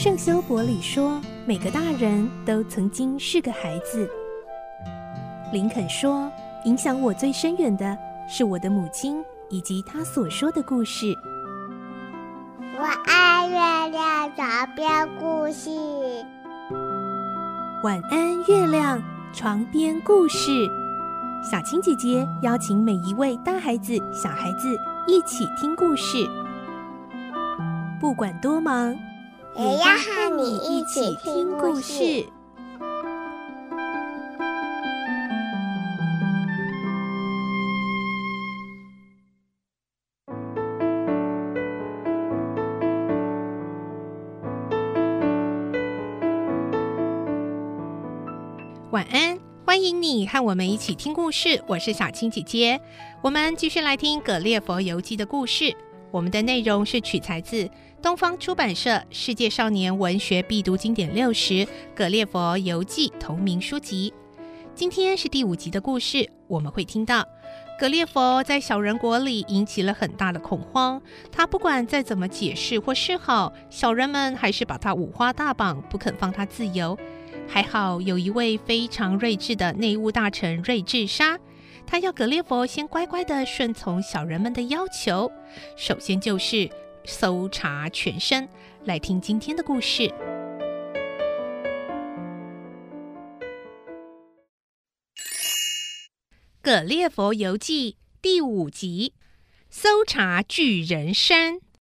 圣修伯里说，每个大人都曾经是个孩子。林肯说，影响我最深远的是我的母亲以及她所说的故事。 我爱月亮床边故事。 晚安，月亮床边故事。小青姐姐邀请每一位大孩子、小孩子一起听故事，不管多忙， 也要和你一起听故事。 晚安，欢迎你和我们一起听故事，我是小青姐姐。我们继续来听《葛列佛游记》的故事。我们的内容是取材自东方出版社《世界少年文学必读经典60·葛列佛游记》同名书籍。今天是第5集的故事，我们会听到葛列佛在小人国里引起了很大的恐慌，他不管再怎么解释或示好，小人们还是把他五花大绑，不肯放他自由。还好有一位非常睿智的内务大臣瑞智沙，他要葛列佛先乖乖地顺从小人们的要求，首先就是搜查全身。来听今天的故事。葛列佛游记第5集，搜查巨人山。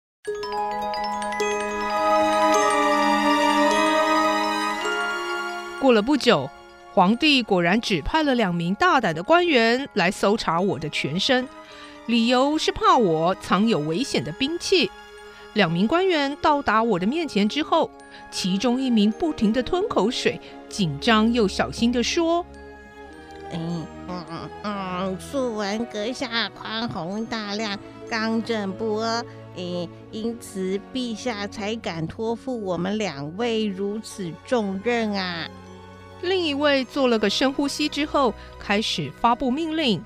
过了不久，皇帝果然指派了2名大胆的官员来搜查我的全身，理由是怕我藏有危险的兵器。2名官员到达我的面前之后，其中一名不停地吞口水，紧张又小心地说： 素闻阁下宽宏大量，刚正不阿，因此陛下才敢托付我们2位如此重任啊。 另一位做了个深呼吸之后，开始发布命令。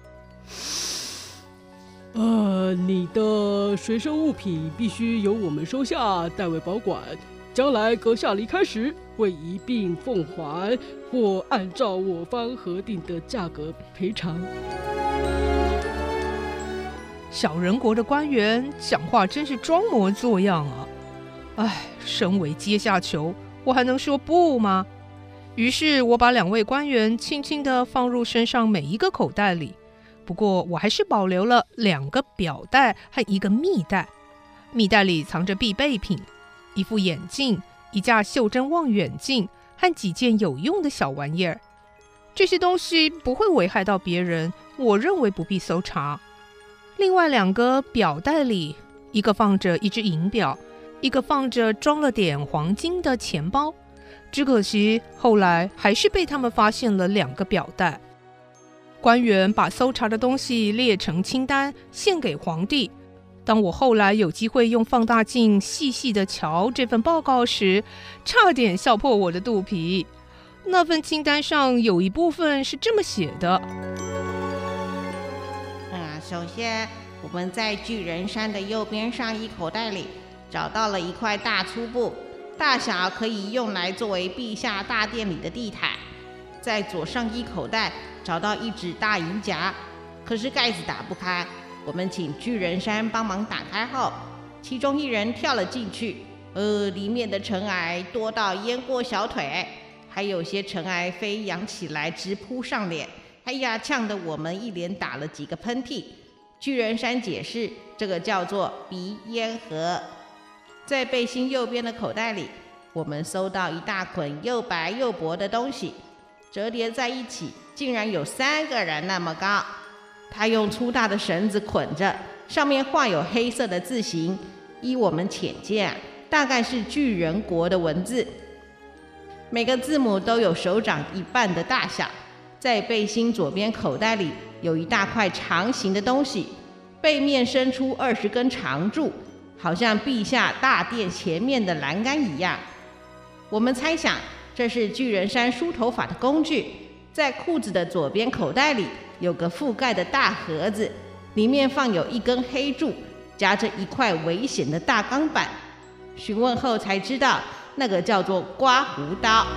你的随身物品必须由我们收下，代为保管。将来阁下离开时，会一并奉还，或按照我方核定的价格赔偿。 小人国的官员讲话真是装模作样啊！身为阶下囚，我还能说不吗？于是我把2位官员轻轻地放入身上每一个口袋里，不过我还是保留了2个表带和1个密袋。密袋里藏着必备品，一副眼镜、1架袖珍望远镜和几件有用的小玩意儿。这些东西不会危害到别人，我认为不必搜查。另外2个表带里，一个放着1只银表，一个放着装了点黄金的钱包。只可惜后来还是被他们发现了2个表带。官员把搜查的东西列成清单，献给皇帝。当我后来有机会用放大镜细细地瞧这份报告时，差点笑破我的肚皮。那份清单上有一部分是这么写的： 首先我们在巨人山的右边上衣口袋里找到了1块大粗布，大小可以用来作为陛下大殿里的地毯。在左上衣口袋找到1只大银夹，可是盖子打不开。我们请巨人山帮忙打开后，其中1人跳了进去，里面的尘埃多到淹过小腿，还有些尘埃飞扬起来直扑上脸，呛得我们一连打了几个喷嚏。巨人山解释，这个叫做鼻咽核。在背心右边的口袋里，我们搜到一大捆又白又薄的东西，折叠在一起，竟然有3个人那么高。他用粗大的绳子捆着，上面画有黑色的字形，依我们浅见，大概是巨人国的文字。每个字母都有手掌1半的大小。在背心左边口袋里有一大块长形的东西，背面伸出20根长柱，好像陛下大殿前面的栏杆一样。我们猜想这是巨人山梳头发的工具。在裤子的左边口袋里有个覆盖的大盒子，里面放有1根黑柱，夹着1块危险的大钢板。询问后才知道， 那个叫做刮胡刀。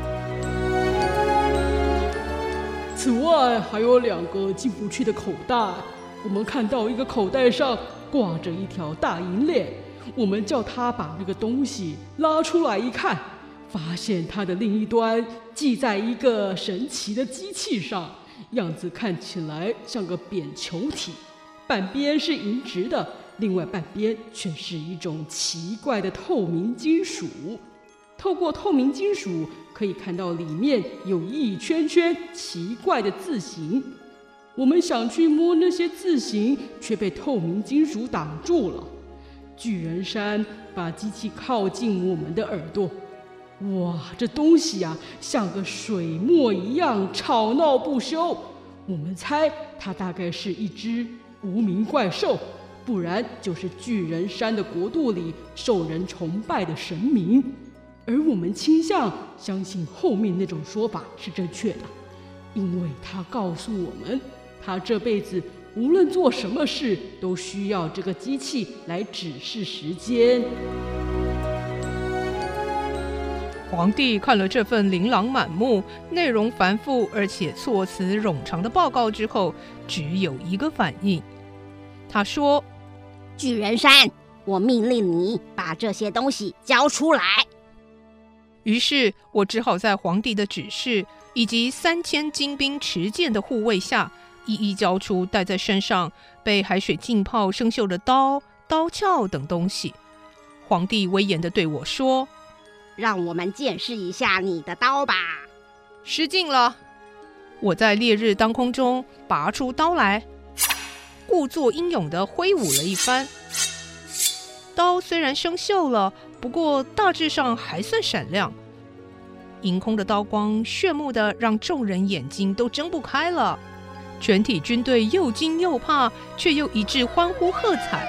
此外，还有2个进不去的口袋。我们看到一个口袋上挂着一条大银链，我们叫他把那个东西拉出来一看，发现它的另一端系在一个神奇的机器上，样子看起来像个扁球体，半边是银质的，另外半边却是一种奇怪的透明金属。透过透明金属可以看到里面有一圈圈奇怪的字形，我们想去摸那些字形，却被透明金属挡住了。巨人山把机器靠近我们的耳朵，哇，这东西啊，像个水墨一样吵闹不休。我们猜它大概是一只无名怪兽，不然就是巨人山的国度里受人崇拜的神明。而我们倾向相信后面那种说法是正确的，因为他告诉我们，他这辈子无论做什么事都需要这个机器来指示时间。 皇帝看了这份琳琅满目、内容繁复而且措辞冗长的报告之后，只有一个反应。他说：“ 巨人山，我命令你把这些东西交出来。” 于是我只好在皇帝的指示以及3000精兵持剑的护卫下，一一交出带在身上被海水浸泡生锈的刀、刀鞘等东西。皇帝威严地对我说：“ 让我们见识一下你的刀吧。” 失敬了。我在烈日当空中拔出刀来，故作英勇地挥舞了一番。刀虽然生锈了，不过大致上还算闪亮。迎空的刀光炫目的让众人眼睛都睁不开了，全体军队又惊又怕，却又一致欢呼喝彩。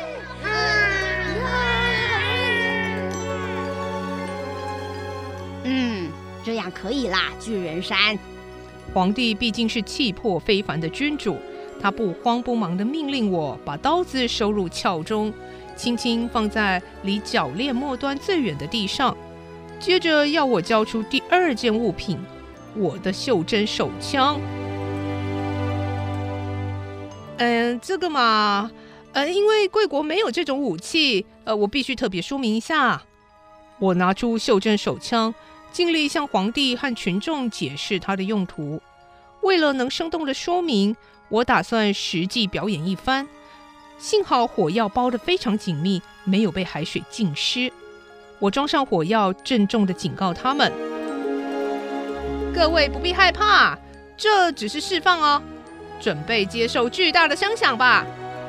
这样可以啦，巨人山。 皇帝毕竟是气魄非凡的君主，他不慌不忙地命令我把刀子收入鞘中，轻轻放在离铰链末端最远的地上，接着要我交出第2件物品，我的袖珍手枪。这个嘛，因为贵国没有这种武器，我必须特别说明一下。我拿出袖珍手枪，尽力向皇帝和群众解释它的用途。为了能生动地说明，我打算实际表演一番。幸好火药包得非常紧密，没有被海水浸湿。我装上火药，郑重地警告他们：各位不必害怕，这只是示范哦，准备接受巨大的声响吧。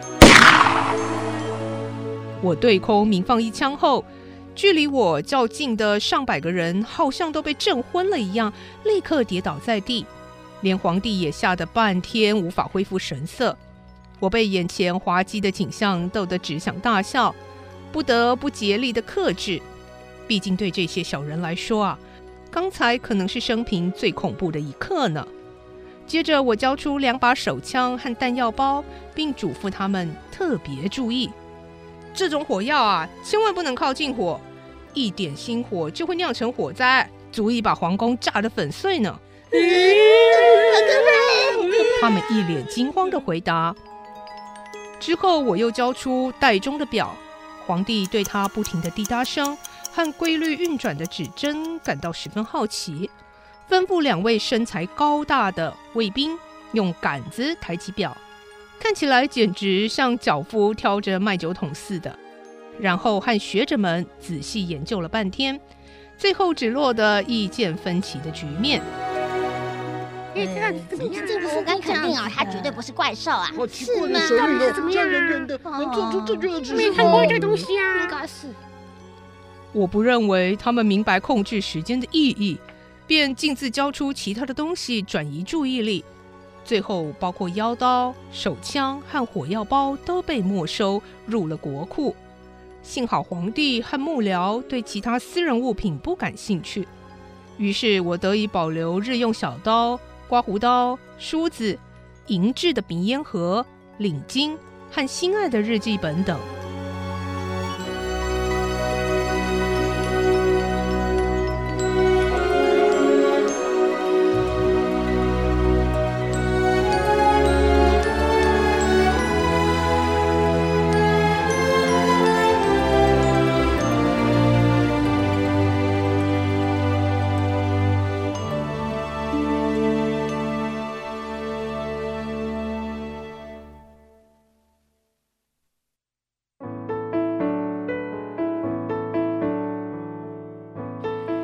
我对空鸣放一枪后，距离我较近的上百个人好像都被震昏了一样，立刻跌倒在地，连皇帝也吓得半天无法恢复神色。我被眼前滑稽的景象逗得只想大笑，不得不竭力的克制。毕竟对这些小人来说啊，刚才可能是生平最恐怖的一刻呢。接着我交出2把手枪和弹药包，并嘱咐他们特别注意，这种火药啊，千万不能靠近火，一点星火就会酿成火灾，足以把皇宫炸得粉碎呢。他们一脸惊慌地回答。之后我又交出袋中的表，皇帝对他不停的滴答声和规律运转的指针感到十分好奇，吩咐2位身材高大的卫兵用杆子抬起表，看起来简直像脚夫挑着卖酒桶似的。然后和学者们仔细研究了半天，最后只落得意见分歧的局面。 我敢肯定啊，他绝对不是怪兽啊！ 好奇怪的神力哦，这样人人的能做出正确的指示。 没看过这东西啊， 应该是。 我不认为他们明白控制时间的意义，便径自交出其他的东西转移注意力。最后包括腰刀、手枪和火药包都被没收入了国库。幸好皇帝和幕僚对其他私人物品不感兴趣，于是我得以保留日用小刀、刮胡刀、梳子、银质的鼻烟盒、领巾和心爱的日记本等。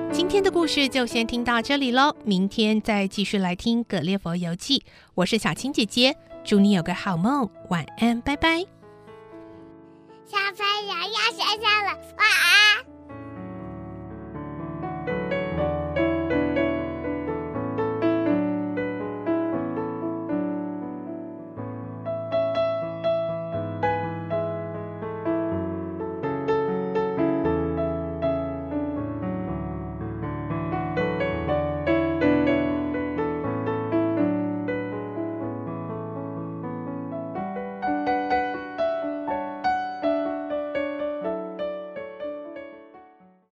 今天的故事就先听到这里咯，明天再继续来听《格列佛游记》。我是小青姐姐，祝你有个好梦，晚安，拜拜。 小朋友要睡觉了，晚安。